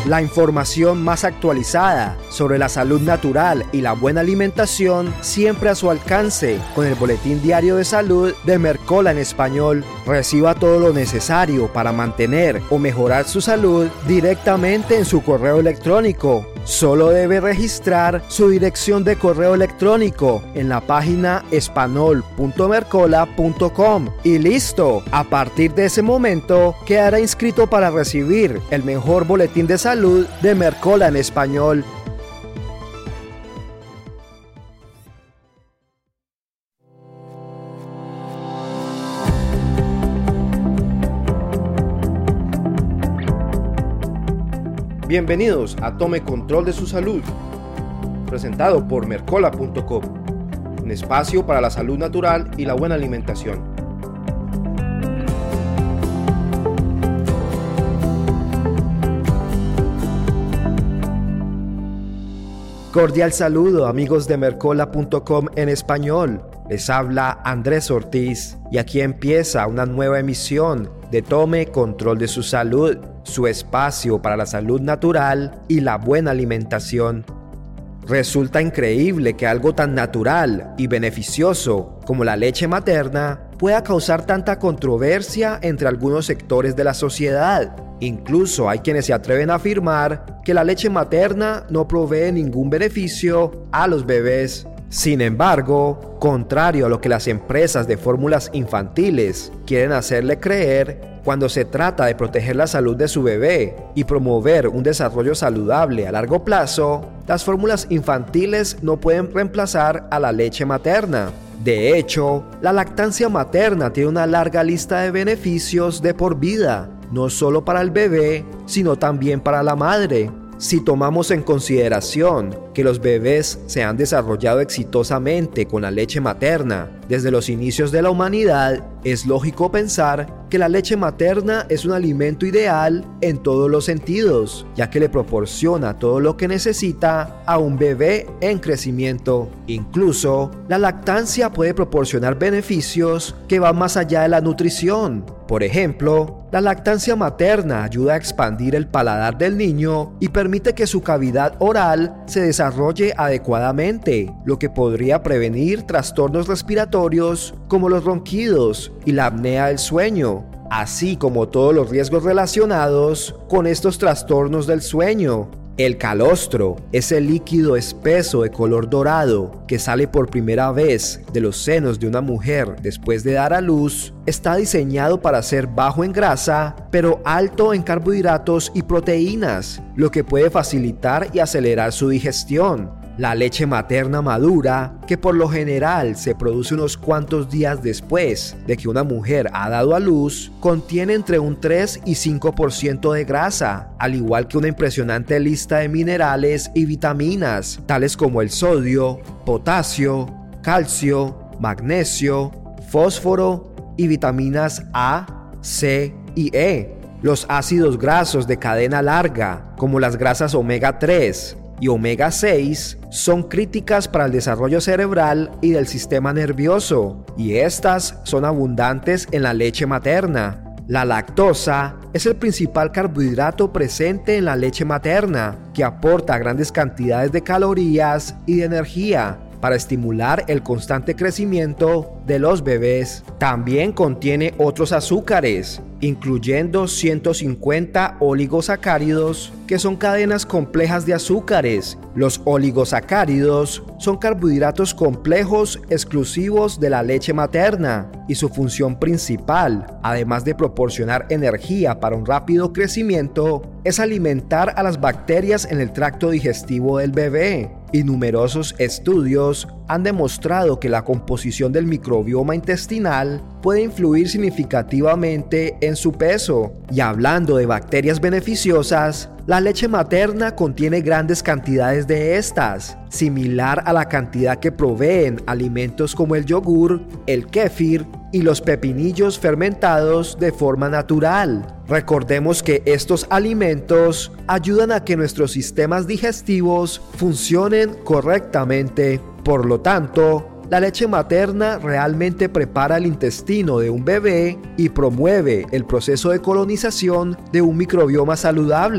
La información más actualizada sobre la salud natural y la buena alimentación siempre a su alcance con el Boletín Diario de Salud de Mercola en español. Reciba todo lo necesario para mantener o mejorar su salud directamente en su correo electrónico. Solo debe registrar su dirección de correo electrónico en la página espanol.mercola.com y listo. A partir de ese momento quedará inscrito para recibir el mejor boletín de salud de Mercola en español. Bienvenidos a Tome Control de su Salud, presentado por Mercola.com, un espacio para la salud natural y la buena alimentación. Cordial saludo, amigos de Mercola.com en español. Les habla Andrés Ortiz y aquí empieza una nueva emisión de Tome Control de su Salud, su espacio para la salud natural y la buena alimentación. Resulta increíble que algo tan natural y beneficioso como la leche materna pueda causar tanta controversia entre algunos sectores de la sociedad. Incluso hay quienes se atreven a afirmar que la leche materna no provee ningún beneficio a los bebés. Sin embargo, contrario a lo que las empresas de fórmulas infantiles quieren hacerle creer, cuando se trata de proteger la salud de su bebé y promover un desarrollo saludable a largo plazo, las fórmulas infantiles no pueden reemplazar a la leche materna. De hecho, la lactancia materna tiene una larga lista de beneficios de por vida, no solo para el bebé, sino también para la madre. Si tomamos en consideración que los bebés se han desarrollado exitosamente con la leche materna desde los inicios de la humanidad, es lógico pensar que la leche materna es un alimento ideal en todos los sentidos, ya que le proporciona todo lo que necesita a un bebé en crecimiento. Incluso, la lactancia puede proporcionar beneficios que van más allá de la nutrición. Por ejemplo, la lactancia materna ayuda a expandir el paladar del niño y permite que su cavidad oral se desarrolle adecuadamente, lo que podría prevenir trastornos respiratorios como los ronquidos y la apnea del sueño, así como todos los riesgos relacionados con estos trastornos del sueño. El calostro, ese líquido espeso de color dorado que sale por primera vez de los senos de una mujer después de dar a luz, está diseñado para ser bajo en grasa, pero alto en carbohidratos y proteínas, lo que puede facilitar y acelerar su digestión. La leche materna madura, que por lo general se produce unos cuantos días después de que una mujer ha dado a luz, contiene entre un 3 y 5% de grasa, al igual que una impresionante lista de minerales y vitaminas, tales como el sodio, potasio, calcio, magnesio, fósforo y vitaminas A, C y E. Los ácidos grasos de cadena larga, como las grasas omega 3, y omega 6 son críticas para el desarrollo cerebral y del sistema nervioso, y estas son abundantes en la leche materna. La lactosa es el principal carbohidrato presente en la leche materna, que aporta grandes cantidades de calorías y de energía para estimular el constante crecimiento de los bebés. También contiene otros azúcares, incluyendo 150 oligosacáridos, que son cadenas complejas de azúcares. Los oligosacáridos son carbohidratos complejos exclusivos de la leche materna, y su función principal, además de proporcionar energía para un rápido crecimiento, es alimentar a las bacterias en el tracto digestivo del bebé. Y numerosos estudios han demostrado que la composición del microbioma intestinal puede influir significativamente en su peso. Y hablando de bacterias beneficiosas, la leche materna contiene grandes cantidades de estas, similar a la cantidad que proveen alimentos como el yogur, el kéfir y los pepinillos fermentados de forma natural. Recordemos que estos alimentos ayudan a que nuestros sistemas digestivos funcionen correctamente. Por lo tanto, la leche materna realmente prepara el intestino de un bebé y promueve el proceso de colonización de un microbioma saludable.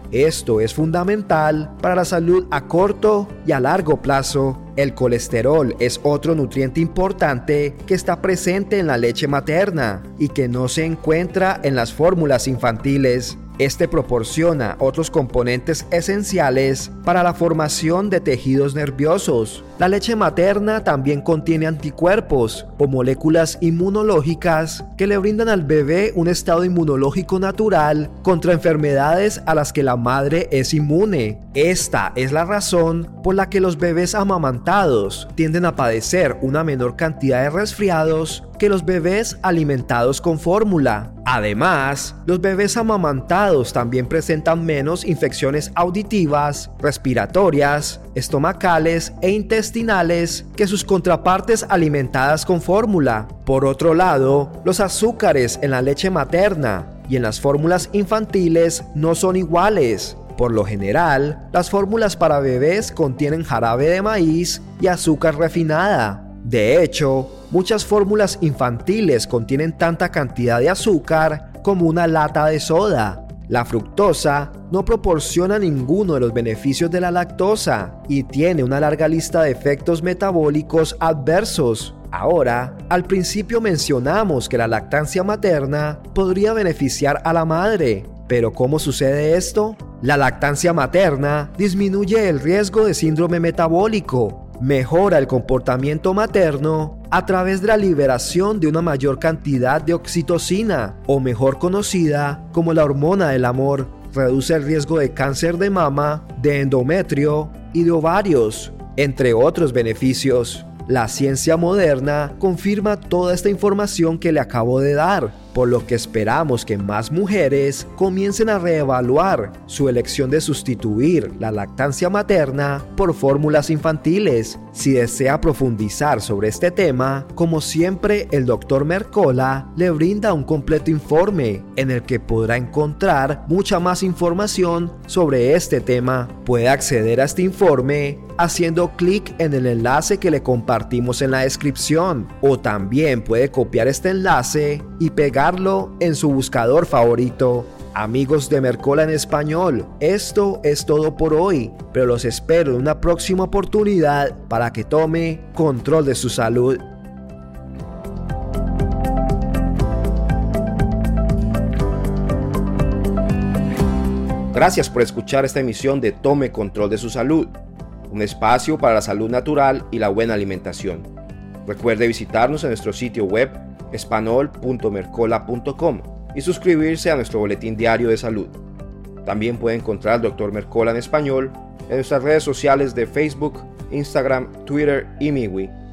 Esto es fundamental para la salud a corto y a largo plazo. El colesterol es otro nutriente importante que está presente en la leche materna y que no se encuentra en las fórmulas infantiles. Este proporciona otros componentes esenciales para la formación de tejidos nerviosos. La leche materna también contiene anticuerpos o moléculas inmunológicas que le brindan al bebé un estado inmunológico natural contra enfermedades a las que la madre es inmune. Esta es la razón por la que los bebés amamantados tienden a padecer una menor cantidad de resfriados que los bebés alimentados con fórmula. Además, los bebés amamantados también presentan menos infecciones auditivas, respiratorias, estomacales e intestinales que sus contrapartes alimentadas con fórmula. Por otro lado, los azúcares en la leche materna y en las fórmulas infantiles no son iguales. Por lo general, las fórmulas para bebés contienen jarabe de maíz y azúcar refinada. De hecho, muchas fórmulas infantiles contienen tanta cantidad de azúcar como una lata de soda. La fructosa no proporciona ninguno de los beneficios de la lactosa y tiene una larga lista de efectos metabólicos adversos. Ahora, al principio mencionamos que la lactancia materna podría beneficiar a la madre. ¿Pero cómo sucede esto? La lactancia materna disminuye el riesgo de síndrome metabólico, mejora el comportamiento materno a través de la liberación de una mayor cantidad de oxitocina, o mejor conocida como la hormona del amor, reduce el riesgo de cáncer de mama, de endometrio y de ovarios, entre otros beneficios. La ciencia moderna confirma toda esta información que le acabo de dar, por lo que esperamos que más mujeres comiencen a reevaluar su elección de sustituir la lactancia materna por fórmulas infantiles. Si desea profundizar sobre este tema, como siempre, el Dr. Mercola le brinda un completo informe en el que podrá encontrar mucha más información sobre este tema. Puede acceder a este informe haciendo clic en el enlace que le compartimos en la descripción, o también puede copiar este enlace y pegarlo en su buscador favorito. Amigos de Mercola en español, esto es todo por hoy, pero los espero en una próxima oportunidad para que tome control de su salud. Gracias por escuchar esta emisión de Tome Control de su Salud, un espacio para la salud natural y la buena alimentación. Recuerde visitarnos en nuestro sitio web espanol.mercola.com y suscribirse a nuestro boletín diario de salud. También puede encontrar al Dr. Mercola en español en nuestras redes sociales de Facebook, Instagram, Twitter y MeWe.